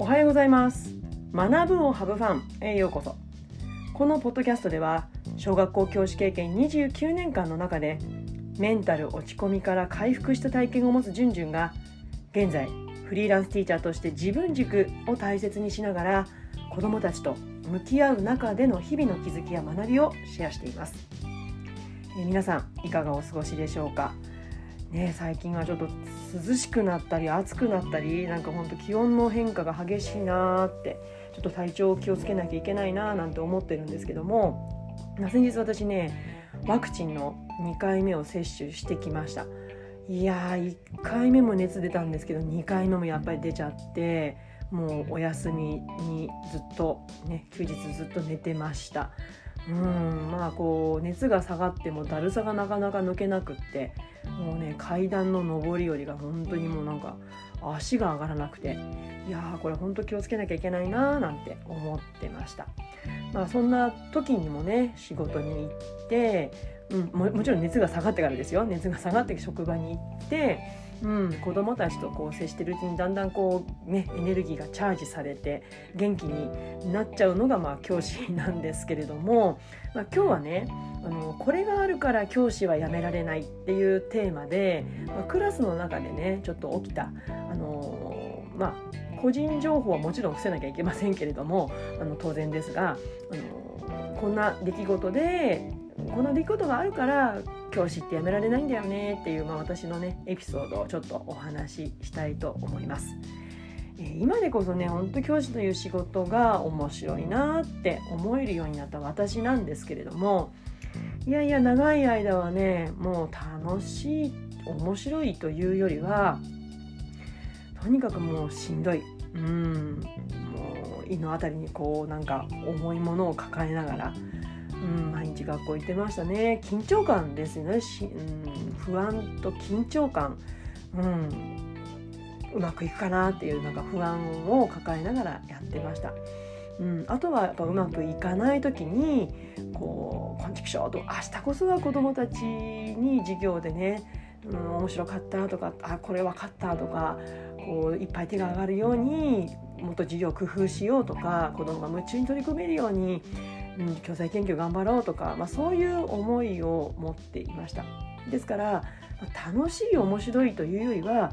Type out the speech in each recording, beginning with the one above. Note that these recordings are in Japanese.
はようございます。学ぶをハブファンへようこそ。このポッドキャストでは小学校教師経験29年間の中でメンタル落ち込みから回復した体験を持つじゅんじゅんが現在フリーランスティーチャーとして自分軸を大切にしながら子どもたちと向き合う中での日々の気づきや学びをシェアしています。皆さんいかがお過ごしでしょうか。最近はちょっと涼しくなったり暑くなったり本当気温の変化が激しいなってちょっと体調を気をつけなきゃいけないななんて思ってるんですけども、先日私ワクチンの2回目を接種してきました。いやー1回目も熱出たんですけど2回目もやっぱり出ちゃってもうお休みにずっと休日ずっと寝てました。熱が下がってもだるさがなかなか抜けなくってもう階段の上り下りが本当にもう足が上がらなくてこれ本当気をつけなきゃいけないななんて思ってました。そんな時にも仕事に行ってもちろん熱が下がってからですよ。熱が下がって職場に行って子どもたちと接してるうちにだんだんエネルギーがチャージされて元気になっちゃうのが教師なんですけれども、今日はこれがあるから教師は辞められないっていうテーマで、クラスの中でちょっと起きた個人情報はもちろん伏せなきゃいけませんけれども当然ですがこんな出来事でこの出来事があるから教師ってやめられないんだよねっていう、私のエピソードをちょっとお話ししたいと思います。今でこそ本当教師という仕事が面白いなって思えるようになった私なんですけれども、長い間はもう楽しい面白いというよりはとにかくもうしんどいもう胃のあたりに重いものを抱えながら毎日学校行ってましたね。緊張感ですよね。不安と緊張感、うまくいくかなっていう不安を抱えながらやってました。あとはやっぱうまくいかない時にこんちくしょうと明日こそは子どもたちに授業で面白かったとかこれ分かったとかいっぱい手が上がるようにもっと授業を工夫しようとか子どもが夢中に取り組めるように教材研究頑張ろうとか、そういう思いを持っていました。ですから楽しい面白いというよりは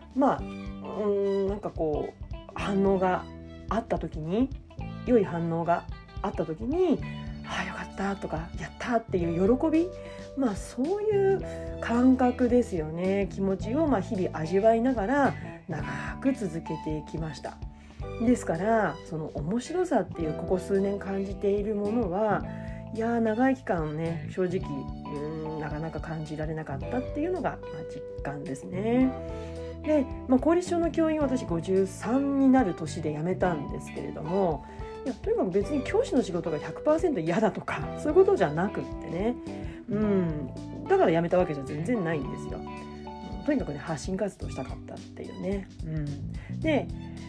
反応があった時に良い反応があった時によかったとかやったっていう喜びそういう感覚ですよね。気持ちを日々味わいながら長く続けていきました。ですからその面白さっていうここ数年感じているものは長い期間正直なかなか感じられなかったっていうのが実感ですね。で、公立小の教員は私53になる年で辞めたんですけれどもとにかく別に教師の仕事が 100% 嫌だとかそういうことじゃなくってだから辞めたわけじゃ全然ないんですよ。とにかく発信活動したかったっていうで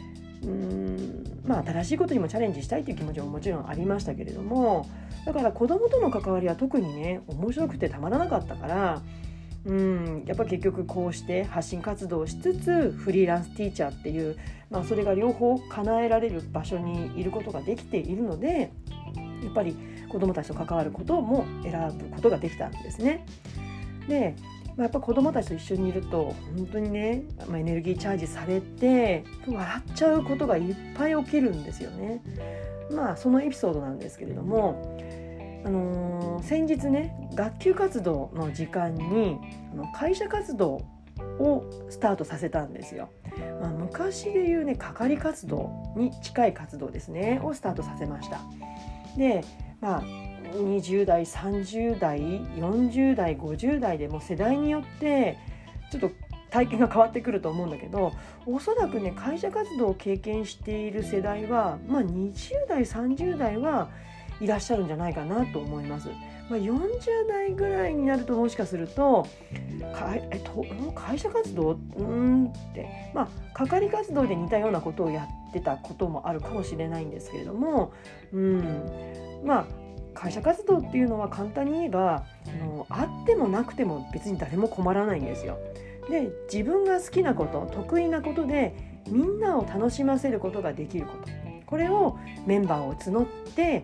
新しいことにもチャレンジしたいという気持ちももちろんありましたけれども、だから子どもとの関わりは特に面白くてたまらなかったからやっぱ結局こうして発信活動をしつつフリーランスティーチャーっていう、それが両方叶えられる場所にいることができているのでやっぱり子どもたちと関わることも選ぶことができたんですね。でやっぱ子どもたちと一緒にいると本当にエネルギーチャージされて笑っちゃうことがいっぱい起きるんですよね。そのエピソードなんですけれども先日学級活動の時間に会社活動をスタートさせたんですよ。昔でいう係活動に近い活動ですねをスタートさせました。で20代30代40代50代でも世代によってちょっと体験が変わってくると思うんだけどおそらく会社活動を経験している世代は20代30代はいらっしゃるんじゃないかなと思います。40代ぐらいになるともしかすると会社活動って係活動で似たようなことをやってたこともあるかもしれないんですけれども会社活動っていうのは簡単に言えばあってもなくても別に誰も困らないんですよ。で自分が好きなこと得意なことでみんなを楽しませることができること、これをメンバーを募って、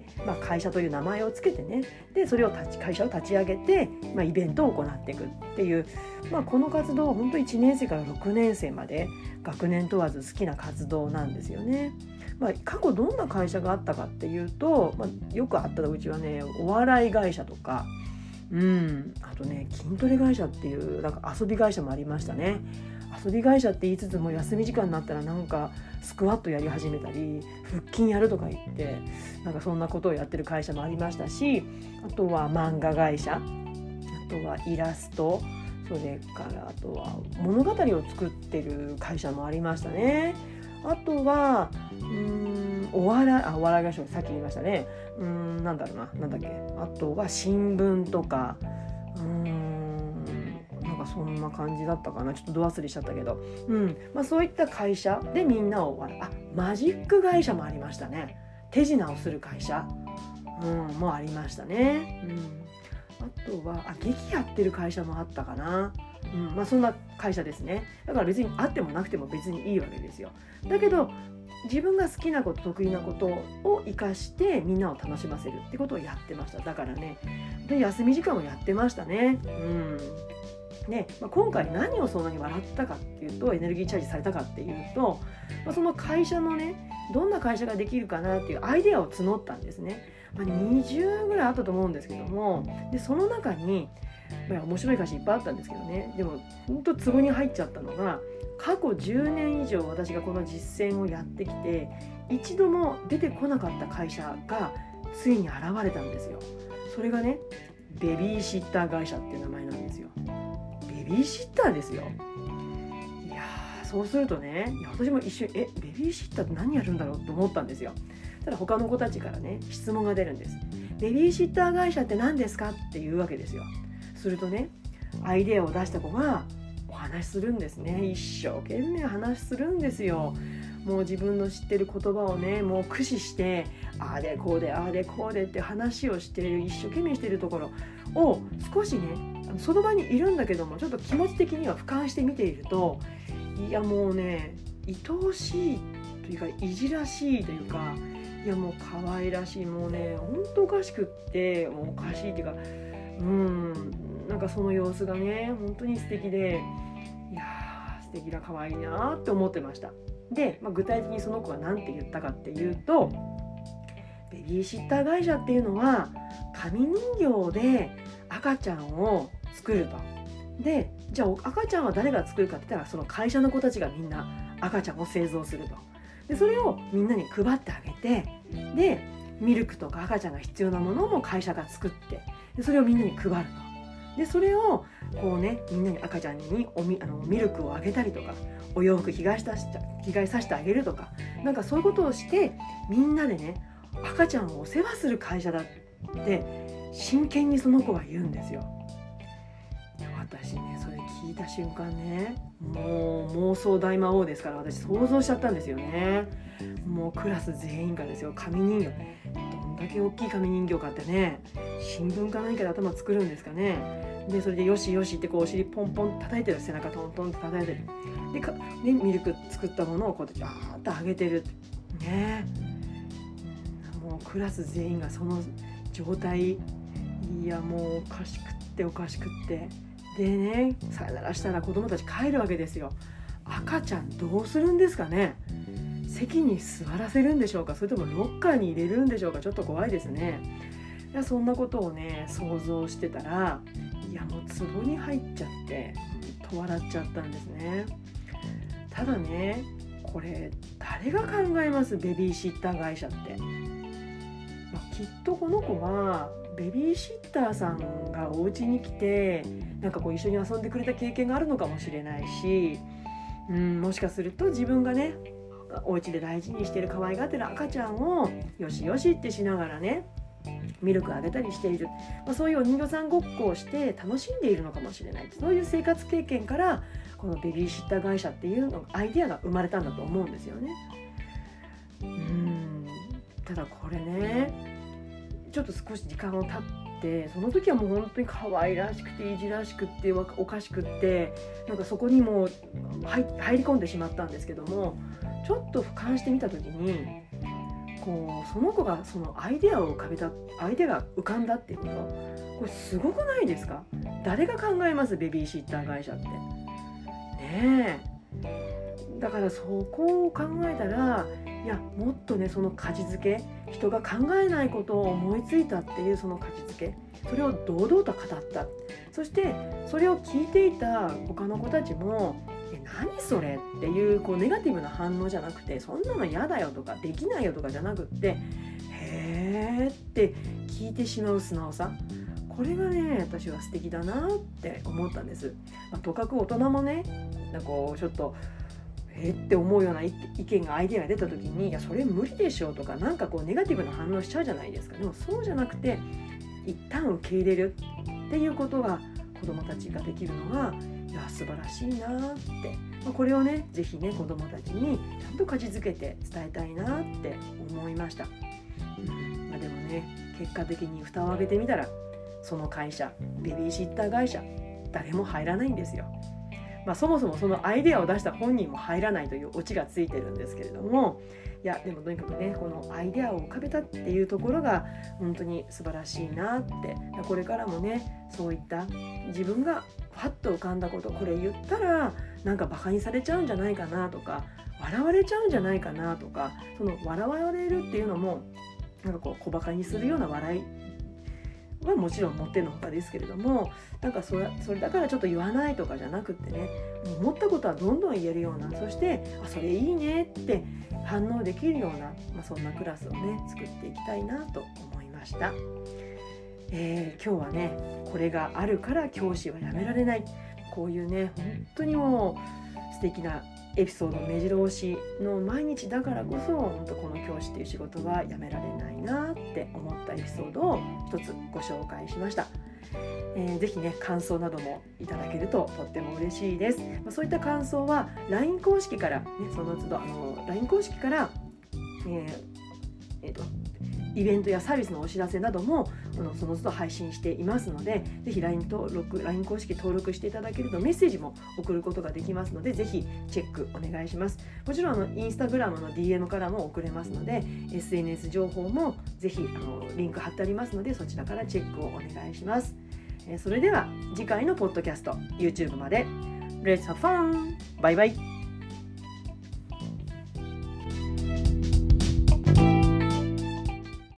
会社という名前をつけてね、でそれを会社を立ち上げて、イベントを行っていくっていう、この活動は本当1年生から6年生まで学年問わず好きな活動なんですよね。過去どんな会社があったかっていうと、よくあったのうちはね、お笑い会社とか、あとね、筋トレ会社っていうなんか遊び会社もありましたね。遊び会社って言いつつも休み時間になったらなんかスクワットやり始めたり腹筋やるとか言ってなんかそんなことをやってる会社もありましたし、あとは漫画会社、あとはイラスト、それからあとは物語を作ってる会社もありましたね。あとはお笑い会社、さっき言いましたね。なんだっけ、あとは新聞とか、なんかそんな感じだったかな、ちょっとど忘れしちゃったけど、そういった会社でみんなをマジック会社もありましたね。手品をする会社、もありましたね。あとは劇やってる会社もあったかな。そんな会社ですね。だから別にあってもなくても別にいいわけですよ。だけど自分が好きなこと、得意なことを生かしてみんなを楽しませるってことをやってました。だからね、で休み時間もやってましたね。今回何をそんなに笑ったかっていうと、エネルギーチャージされたかっていうと、その会社のね、どんな会社ができるかなっていうアイデアを募ったんですね。20ぐらいあったと思うんですけども、でその中に面白い会社いっぱいあったんですけどね、でも本当ツボに入っちゃったのが、過去10年以上私がこの実践をやってきて一度も出てこなかった会社がついに現れたんですよ。それがね、ベビーシッター会社っていう名前なんですよ。ベビーシッターですよ。いやそうするとね、私も一瞬ベビーシッターって何やるんだろうと思ったんですよ。ただ他の子たちからね、質問が出るんです。ベビーシッター会社って何ですかっていうわけですよ。するとね、アイデアを出した子がお話しするんですね。一生懸命話するんですよ。もう自分の知ってる言葉をね、もう駆使してああでこうでああでこうでって話をしている、一生懸命しているところを少しね、その場にいるんだけども、ちょっと気持ち的には俯瞰して見ていると、いやもうね、愛おしいというかいじらしいというか、いやもう可愛らしい、もうね本当おかしくって、もうおかしいっていうか、なんかその様子がね本当に素敵で、いや素敵な可愛いなって思ってました。で、具体的にその子が何て言ったかっていうと、ベビーシッター会社っていうのは紙人形で赤ちゃんを作ると。でじゃあ赤ちゃんは誰が作るかって言ったら、その会社の子たちがみんな赤ちゃんを製造すると。でそれをみんなに配ってあげて、でミルクとか赤ちゃんが必要なものも会社が作って、でそれをみんなに配ると。でそれをこうね、みんなに赤ちゃんにミルクをあげたりとか、お洋服着替えさせてあげるとか、なんかそういうことをしてみんなでね、赤ちゃんをお世話する会社だって真剣にその子は言うんですよ。私ね、それ聞いた瞬間ね、もう妄想大魔王ですから、私想像しちゃったんですよね。もうクラス全員がですよ、紙人形、どんだけ大きい紙人形かってね、新聞か何かで頭作るんですかね。でそれでよしよしってこうお尻ポンポン叩いてる、背中トントンって叩いてる。でミルク作ったものをこうやってジャーッとあげてるね。もうクラス全員がその状態、いやもうおかしくってでね、さよならしたら子供たち帰るわけですよ。赤ちゃんどうするんですかね。席に座らせるんでしょうか、それともロッカーに入れるんでしょうか。ちょっと怖いですね。いやそんなことをね想像してたら、いやもうツボに入っちゃってと笑っちゃったんですね。ただね、これ誰が考えます？ベビーシッター会社って、きっとこの子はベビーシッターさんがお家に来てなんかこう一緒に遊んでくれた経験があるのかもしれないし、もしかすると自分がねお家で大事にしてる可愛がってる赤ちゃんをよしよしってしながらねミルクあげたりしている、そういうお人形さんごっこをして楽しんでいるのかもしれない。そういう生活経験からこのベビーシッター会社っていうのアイデアが生まれたんだと思うんですよね。ただこれね、ちょっと少し時間を経って、その時はもう本当に可愛らしくていじらしくっておかしくって、なんかそこにも入り込んでしまったんですけども、ちょっと俯瞰してみた時にこうその子がそのアイデアが浮かんだっていうこと、これすごくないですか？誰が考えます？ベビーシッター会社ってねえ。だからそこを考えたら、いやもっとね、その価値づけ、人が考えないことを思いついたっていうその価値づけ、それを堂々と語った。そしてそれを聞いていた他の子たちも何それっていう、ネガティブな反応じゃなくて、そんなの嫌だよとかできないよとかじゃなくって、へーって聞いてしまう素直さ、これがね私は素敵だなって思ったんです。とかく大人もね、なんかちょっとって思うような意見がアイデアが出た時に、いやそれ無理でしょとか、なんかネガティブな反応しちゃうじゃないですか。でもそうじゃなくて、一旦受け入れるっていうことが子どもたちができるのが、いや素晴らしいなって、これをねぜひね子どもたちにちゃんと価値づけて伝えたいなって思いました。でもね、結果的に蓋を開けてみたら、その会社、ベビーシッター会社、誰も入らないんですよ。そもそもそのアイデアを出した本人も入らないというオチがついてるんですけれども、いやでもとにかくね、このアイデアを浮かべたっていうところが本当に素晴らしいなって、これからもね、そういった自分がファッと浮かんだこと、これ言ったらなんかバカにされちゃうんじゃないかなとか、笑われちゃうんじゃないかなとか、その笑われるっていうのもなんか小バカにするような笑いはもちろん持ってのほかですけれども、なんかそれだからちょっと言わないとかじゃなくってね、思ったことはどんどん言えるような、そしてそれいいねって反応できるような、そんなクラスをね作っていきたいなと思いました。今日はね、これがあるから教師はやめられない、こういうね本当にもう素敵なエピソード、目白押しの毎日だからこそ、本当この教師という仕事はやめられないなって思ったエピソードを一つご紹介しました。ぜひね感想などもいただけるととっても嬉しいです。そういった感想は LINE 公式から、ね、その都度LINE 公式から、イベントやサービスのお知らせなどもその都度配信していますので、ぜひ LINE 公式登録していただけるとメッセージも送ることができますので、ぜひチェックお願いします。もちろんインスタグラムの DM からも送れますので、 SNS 情報もぜひリンク貼ってありますので、そちらからチェックをお願いします。それでは次回のポッドキャスト YouTube まで Let's have fun! バイバイ。